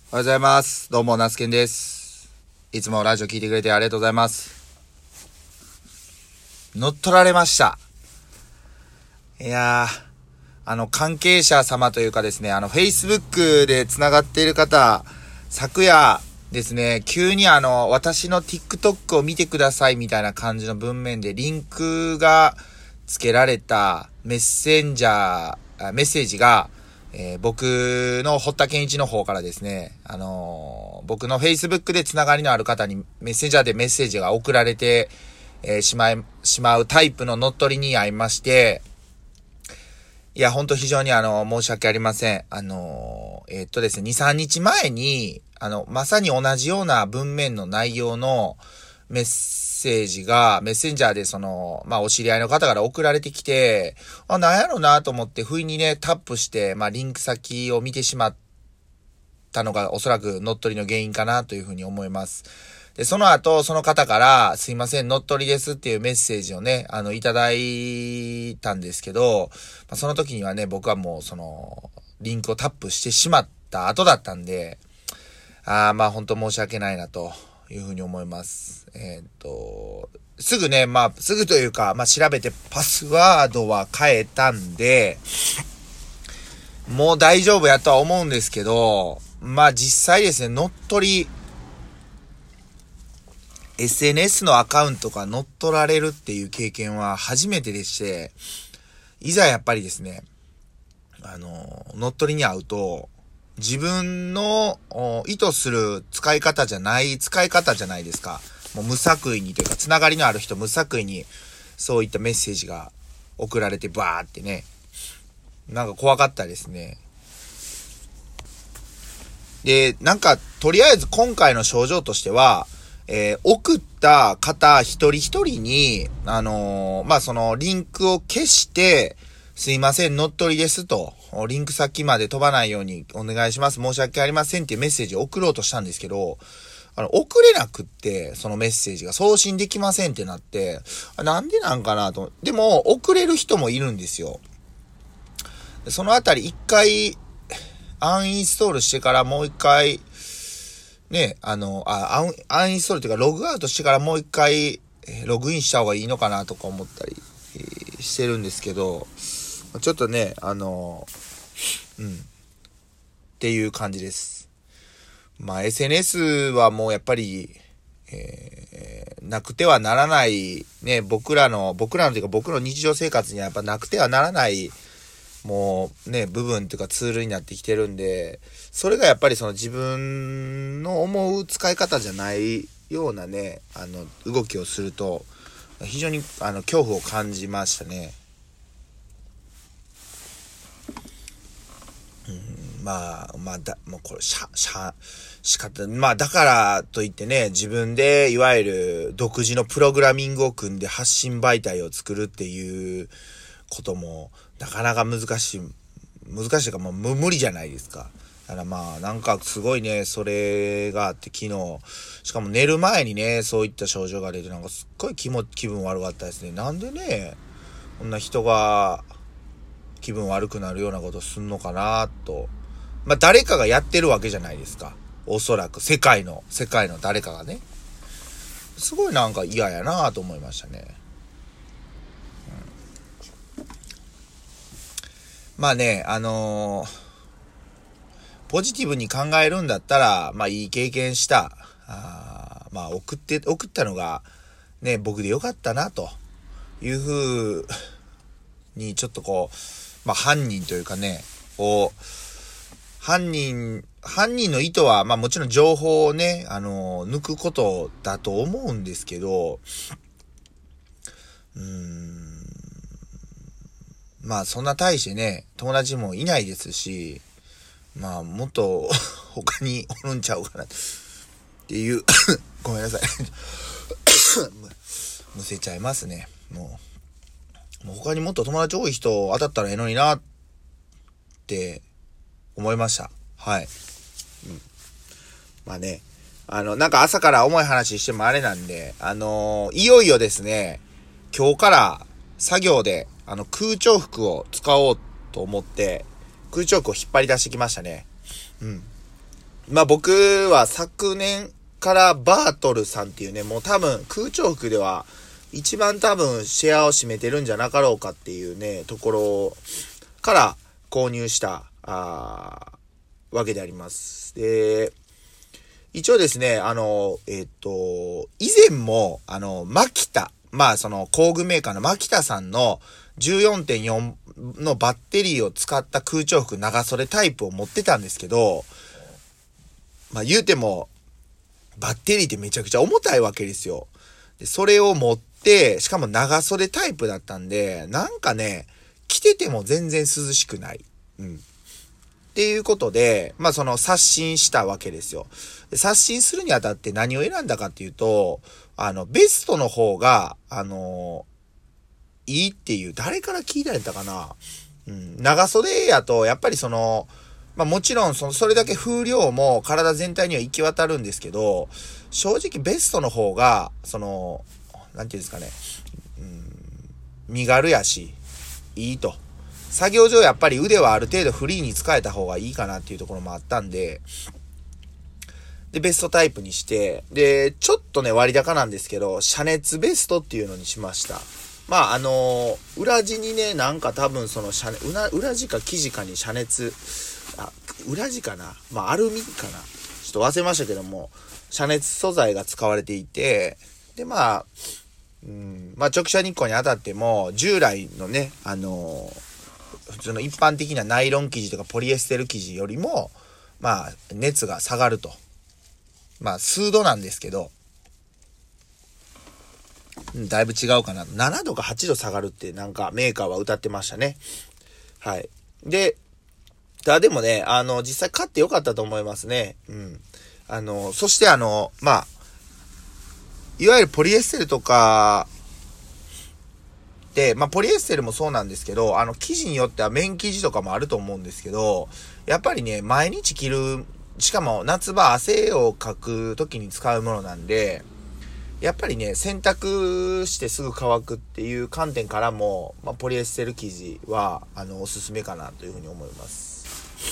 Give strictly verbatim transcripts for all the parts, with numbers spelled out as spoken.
おはようございます。どうも、ナスケンです。いつもラジオ聞いてくれてありがとうございます。乗っ取られました。いやー、あの、関係者様というかですね、あの、Facebook で繋がっている方、昨夜ですね、急にあの、私の TikTok を見てくださいみたいな感じの文面でリンクが付けられたメッセンジャー、メッセージが、えー、僕の堀田健一の方からですね、あのー、僕の Facebook でつながりのある方にメッセンジャーでメッセージが送られて、えー、しまい、しまうタイプの乗っ取りに遭いまして、いや、ほんと非常にあの、申し訳ありません。あのー、えー、っとですね、に、さんにちまえに、あの、まさに同じような文面の内容のメッセージが、メッセンジャーでその、まあ、お知り合いの方から送られてきて、あ、なんやろなと思って、不意にね、タップして、まあ、リンク先を見てしまったのが、おそらく乗っ取りの原因かなというふうに思います。で、その後、その方から、すいません、乗っ取りですっていうメッセージをね、あの、いただいたんですけど、まあ、その時にはね、僕はもう、その、リンクをタップしてしまった後だったんで、あー、まあ、本当申し訳ないなというふうに思います。えー、っと、すぐね、まあ、すぐというか、まあ、調べてパスワードは変えたんで、もう大丈夫やとは思うんですけど、まあ、実際ですね、乗っ取り、エスエヌエス のアカウントが乗っ取られるっていう経験は初めてでして、いざやっぱりですね、あの、乗っ取りに遭うと、自分の意図する使い方じゃない、使い方じゃないですか。もう無作為にというか、つながりのある人無作為に、そういったメッセージが送られてバーってね、なんか怖かったですね。で、なんか、とりあえず今回の症状としては、えー、送った方一人一人に、あのー、まあ、そのリンクを消して、すいません、乗っ取りですと、リンク先まで飛ばないようにお願いします、申し訳ありませんっていうメッセージを送ろうとしたんですけど、あの、送れなくって、そのメッセージが送信できませんってなって、なんでなんかなと。でも、送れる人もいるんですよ。そのあたり一回、アンインストールしてからもう一回、ね、あの、あ、アン、アンインストールというかログアウトしてからもう一回、えー、ログインした方がいいのかなとか思ったり、えー、してるんですけど、ちょっとね、あの、うん、っていう感じです。まあ エスエヌエス はもうやっぱり、えー、なくてはならない、ね、僕らの、僕らのというか僕の日常生活にはやっぱなくてはならない、もうね、部分というかツールになってきてるんで、それがやっぱりその自分の思う使い方じゃないようなね、あの、動きをすると、非常にあの、恐怖を感じましたね。うん、まあ、まあ、だ、もうこれ、しゃ、しゃ、仕方、まあ、だからといってね、自分でいわゆる独自のプログラミングを組んで発信媒体を作るっていうことも、なかなか難しい、難しいというかもう無理じゃないですか。だからまあ、なんかすごいね、それがあって昨日、しかも寝る前にね、そういった症状が出て、なんかすっごい気も、気分悪かったですね。なんでね、こんな人が気分悪くなるようなことすんのかなと。まあ誰かがやってるわけじゃないですか。おそらく世界の、世界の誰かがね。すごいなんか嫌やなと思いましたね。まあね、あのー、ポジティブに考えるんだったら、まあいい経験した、あまあ送って、送ったのがね、僕でよかったなというふうにちょっとこう、まあ犯人というかね、こう、犯人、犯人の意図は、まあもちろん情報をね、あのー、抜くことだと思うんですけど、うーん、まあそんな大してね、友達もいないですし、まあもっと他におるんちゃうかなっていうごめんなさいむせちゃいますね。もう、もう他にもっと友達多い人当たったらええのになって思いました。はい、うん、まあね、あのなんか朝から重い話してもあれなんで、あのー、いよいよですね、今日から作業であの空調服を使おうと思って空調服を引っ張り出してきましたね。うん。 まあ僕は昨年からバートルさんっていうね、もう多分空調服では一番多分シェアを占めてるんじゃなかろうかっていうね、ところから購入した、あわけであります。で、一応ですね、あの、えっと、以前も、あの、マキタ、まあその工具メーカーのマキタさんの じゅうよんてんよん のバッテリーを使った空調服長袖タイプを持ってたんですけど、まあ言うても、バッテリーってめちゃくちゃ重たいわけですよ。で、それを持って、しかも長袖タイプだったんで、なんかね、着てても全然涼しくない。うん。っていうことで、まあその刷新したわけですよ。で刷新するにあたって何を選んだかっていうと、あの、ベストの方が、あのー、いいっていう、誰から聞いたんやったかな。うん、長袖やと、やっぱりその、まあもちろんその、それだけ風量も体全体には行き渡るんですけど、正直ベストの方が、その、なんていうんですかね、うん、身軽やし、いいと。作業上やっぱり腕はある程度フリーに使えた方がいいかなっていうところもあったんで、で、ベストタイプにして、で、ちょっとね、割高なんですけど、遮熱ベストっていうのにしました。まあ、あのー、裏地にね、なんか多分その遮熱、裏、裏地か生地かに遮熱、あ、裏地かな、まあ、アルミかな、ちょっと忘れましたけども、遮熱素材が使われていて、で、まあ、うん、まあ、直射日光に当たっても、従来のね、あのー、普通の一般的なナイロン生地とかポリエステル生地よりも、まあ、熱が下がると。まあ、数度なんですけど、だいぶ違うかな。ななどかはちど下がるってなんかメーカーは歌ってましたね。はい。で、だでもね、あの、実際買ってよかったと思いますね。うん。あの、そしてあの、まあ、いわゆるポリエステルとか、で、まあ、ポリエステルもそうなんですけど、あの、生地によっては綿生地とかもあると思うんですけど、やっぱりね、毎日着る、しかも夏場汗をかく時に使うものなんで、やっぱりね、洗濯してすぐ乾くっていう観点からも、まあ、ポリエステル生地は、あの、おすすめかなというふうに思います。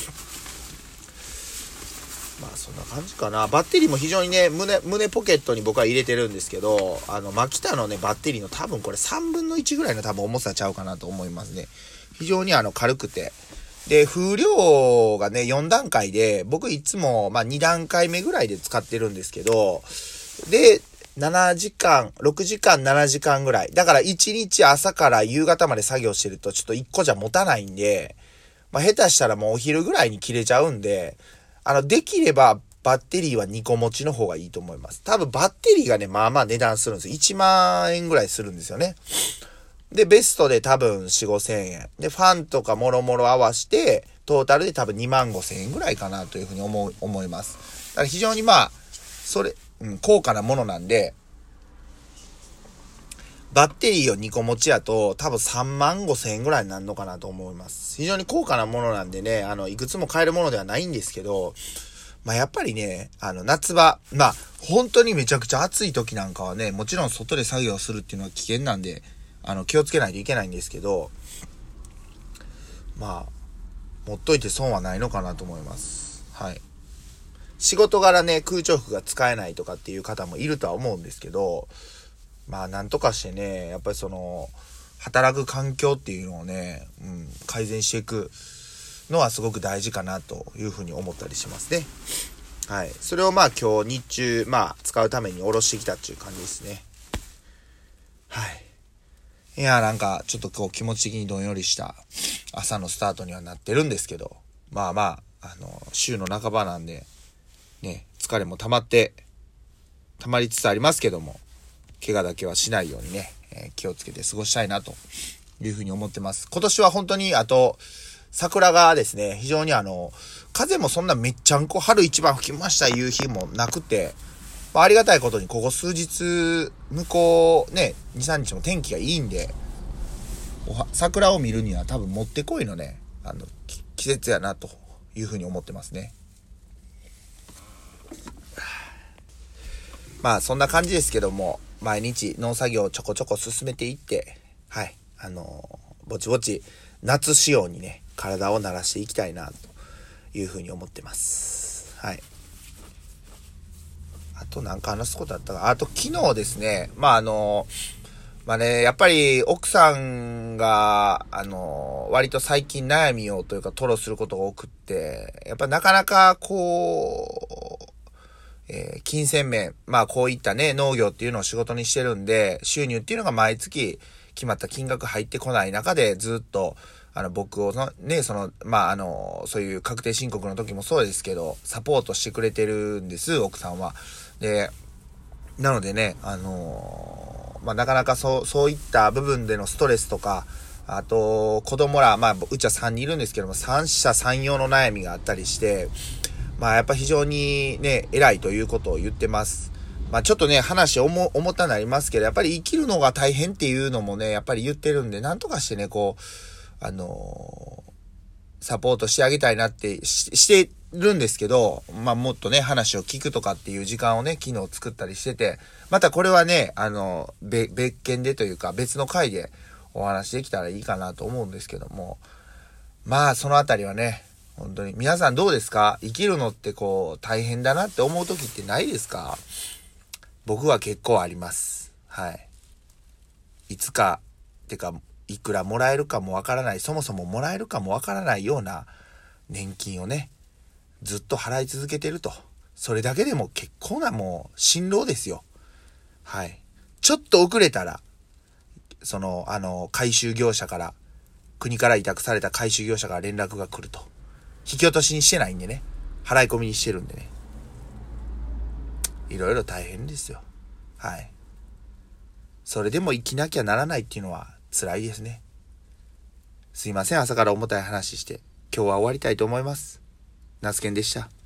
まあそんな感じかな。バッテリーも非常にね、胸、胸ポケットに僕は入れてるんですけど、あの、マキタのね、バッテリーの多分これさんぶんのいちぐらいの多分重さちゃうかなと思いますね。非常にあの、軽くて。で、風量がね、よんだんかいで、僕いつも、まあにだんかいめぐらいで使ってるんですけど、で、ななじかん、ろくじかん、ななじかんぐらい。だからいちにち朝から夕方まで作業してるとちょっといっこじゃ持たないんで、まあ下手したらもうお昼ぐらいに切れちゃうんで、あの、できればバッテリーはにこ持ちの方がいいと思います。多分バッテリーがね、まあまあ値段するんですよ。いちまんえんぐらいするんですよね。で、ベストで多分よん、ごせんえん。で、ファンとかもろもろ合わして、トータルで多分にまんごせんえんぐらいかなというふうに思う、思います。だから非常にまあ、それ、うん、高価なものなんで、バッテリーをにこ持ちやと多分さんまんごせんえんぐらいになるのかなと思います。非常に高価なものなんでね、あの、いくつも買えるものではないんですけど、まあやっぱりね、あの、夏場、まあ本当にめちゃくちゃ暑い時なんかはね、もちろん外で作業するっていうのは危険なんで、あの、気をつけないといけないんですけど、まあ、持っといて損はないのかなと思います。はい。仕事柄ね、空調服が使えないとかっていう方もいるとは思うんですけど、まあなんとかしてね、やっぱりその、働く環境っていうのをね、うん、改善していくのはすごく大事かなというふうに思ったりしますね。はい。それをまあ今日日中、まあ使うために下ろしてきたっていう感じですね。はい。いやーなんかちょっとこう気持ち的にどんよりした朝のスタートにはなってるんですけど、まあまあ、あの、週の半ばなんで、ね、疲れも溜まって、溜まりつつありますけども、怪我だけはしないようにね、えー、気をつけて過ごしたいなというふうに思ってます。今年は本当にあと、桜がですね、非常にあの、風もそんなめっちゃんこ春一番吹きましたいう日もなくて、まあ、ありがたいことにここ数日、向こうね、に、さんにちも天気がいいんで、桜を見るには多分もってこいのね、あの、季節やなというふうに思ってますね。まあそんな感じですけども、毎日農作業をちょこちょこ進めていって、はい、あのー、ぼちぼち夏仕様にね、体を慣らしていきたいなというふうに思ってます。はい。 となんか話すことあったか。あと昨日ですね、まああの、まあね、やっぱり奥さんが、あの、割と最近悩みをというか吐露することが多くって、やっぱなかなかこう、えー、金銭面、まあこういったね、農業っていうのを仕事にしてるんで、収入っていうのが毎月決まった金額入ってこない中でずっと、あの僕をね、その、まああの、そういう確定申告の時もそうですけど、サポートしてくれてるんです、奥さんは。で、なのでね、あのー、まあなかなかそう、そういった部分でのストレスとか、あと、子供ら、まあ、うちはさんにんいるんですけども、三者三様の悩みがあったりして、まあやっぱ非常にね、偉いということを言ってます。まあちょっとね、話重、重たなりますけど、やっぱり生きるのが大変っていうのもね、やっぱり言ってるんで、なんとかしてね、こう、あのー、サポートしてあげたいなってし、してるんですけど、まあもっとね、話を聞くとかっていう時間をね、昨日作ったりしてて、またこれはね、あの、べ、別件でというか、別の回でお話できたらいいかなと思うんですけども、まあそのあたりはね、本当に。皆さんどうですか？生きるのってこう、大変だなって思う時ってないですか？僕は結構あります。はい。いつか、てか、いくらもらえるかもわからない、そもそももらえるかもわからないような年金をね、ずっと払い続けてると。それだけでも結構なもう、辛労ですよ。はい。ちょっと遅れたら、その、あの、回収業者から、国から委託された回収業者から連絡が来ると。引き落としにしてないんでね。払い込みにしてるんでね。いろいろ大変ですよ。はい。それでも生きなきゃならないっていうのは辛いですね。すいません、朝から重たい話して。今日は終わりたいと思います。ナスケンでした。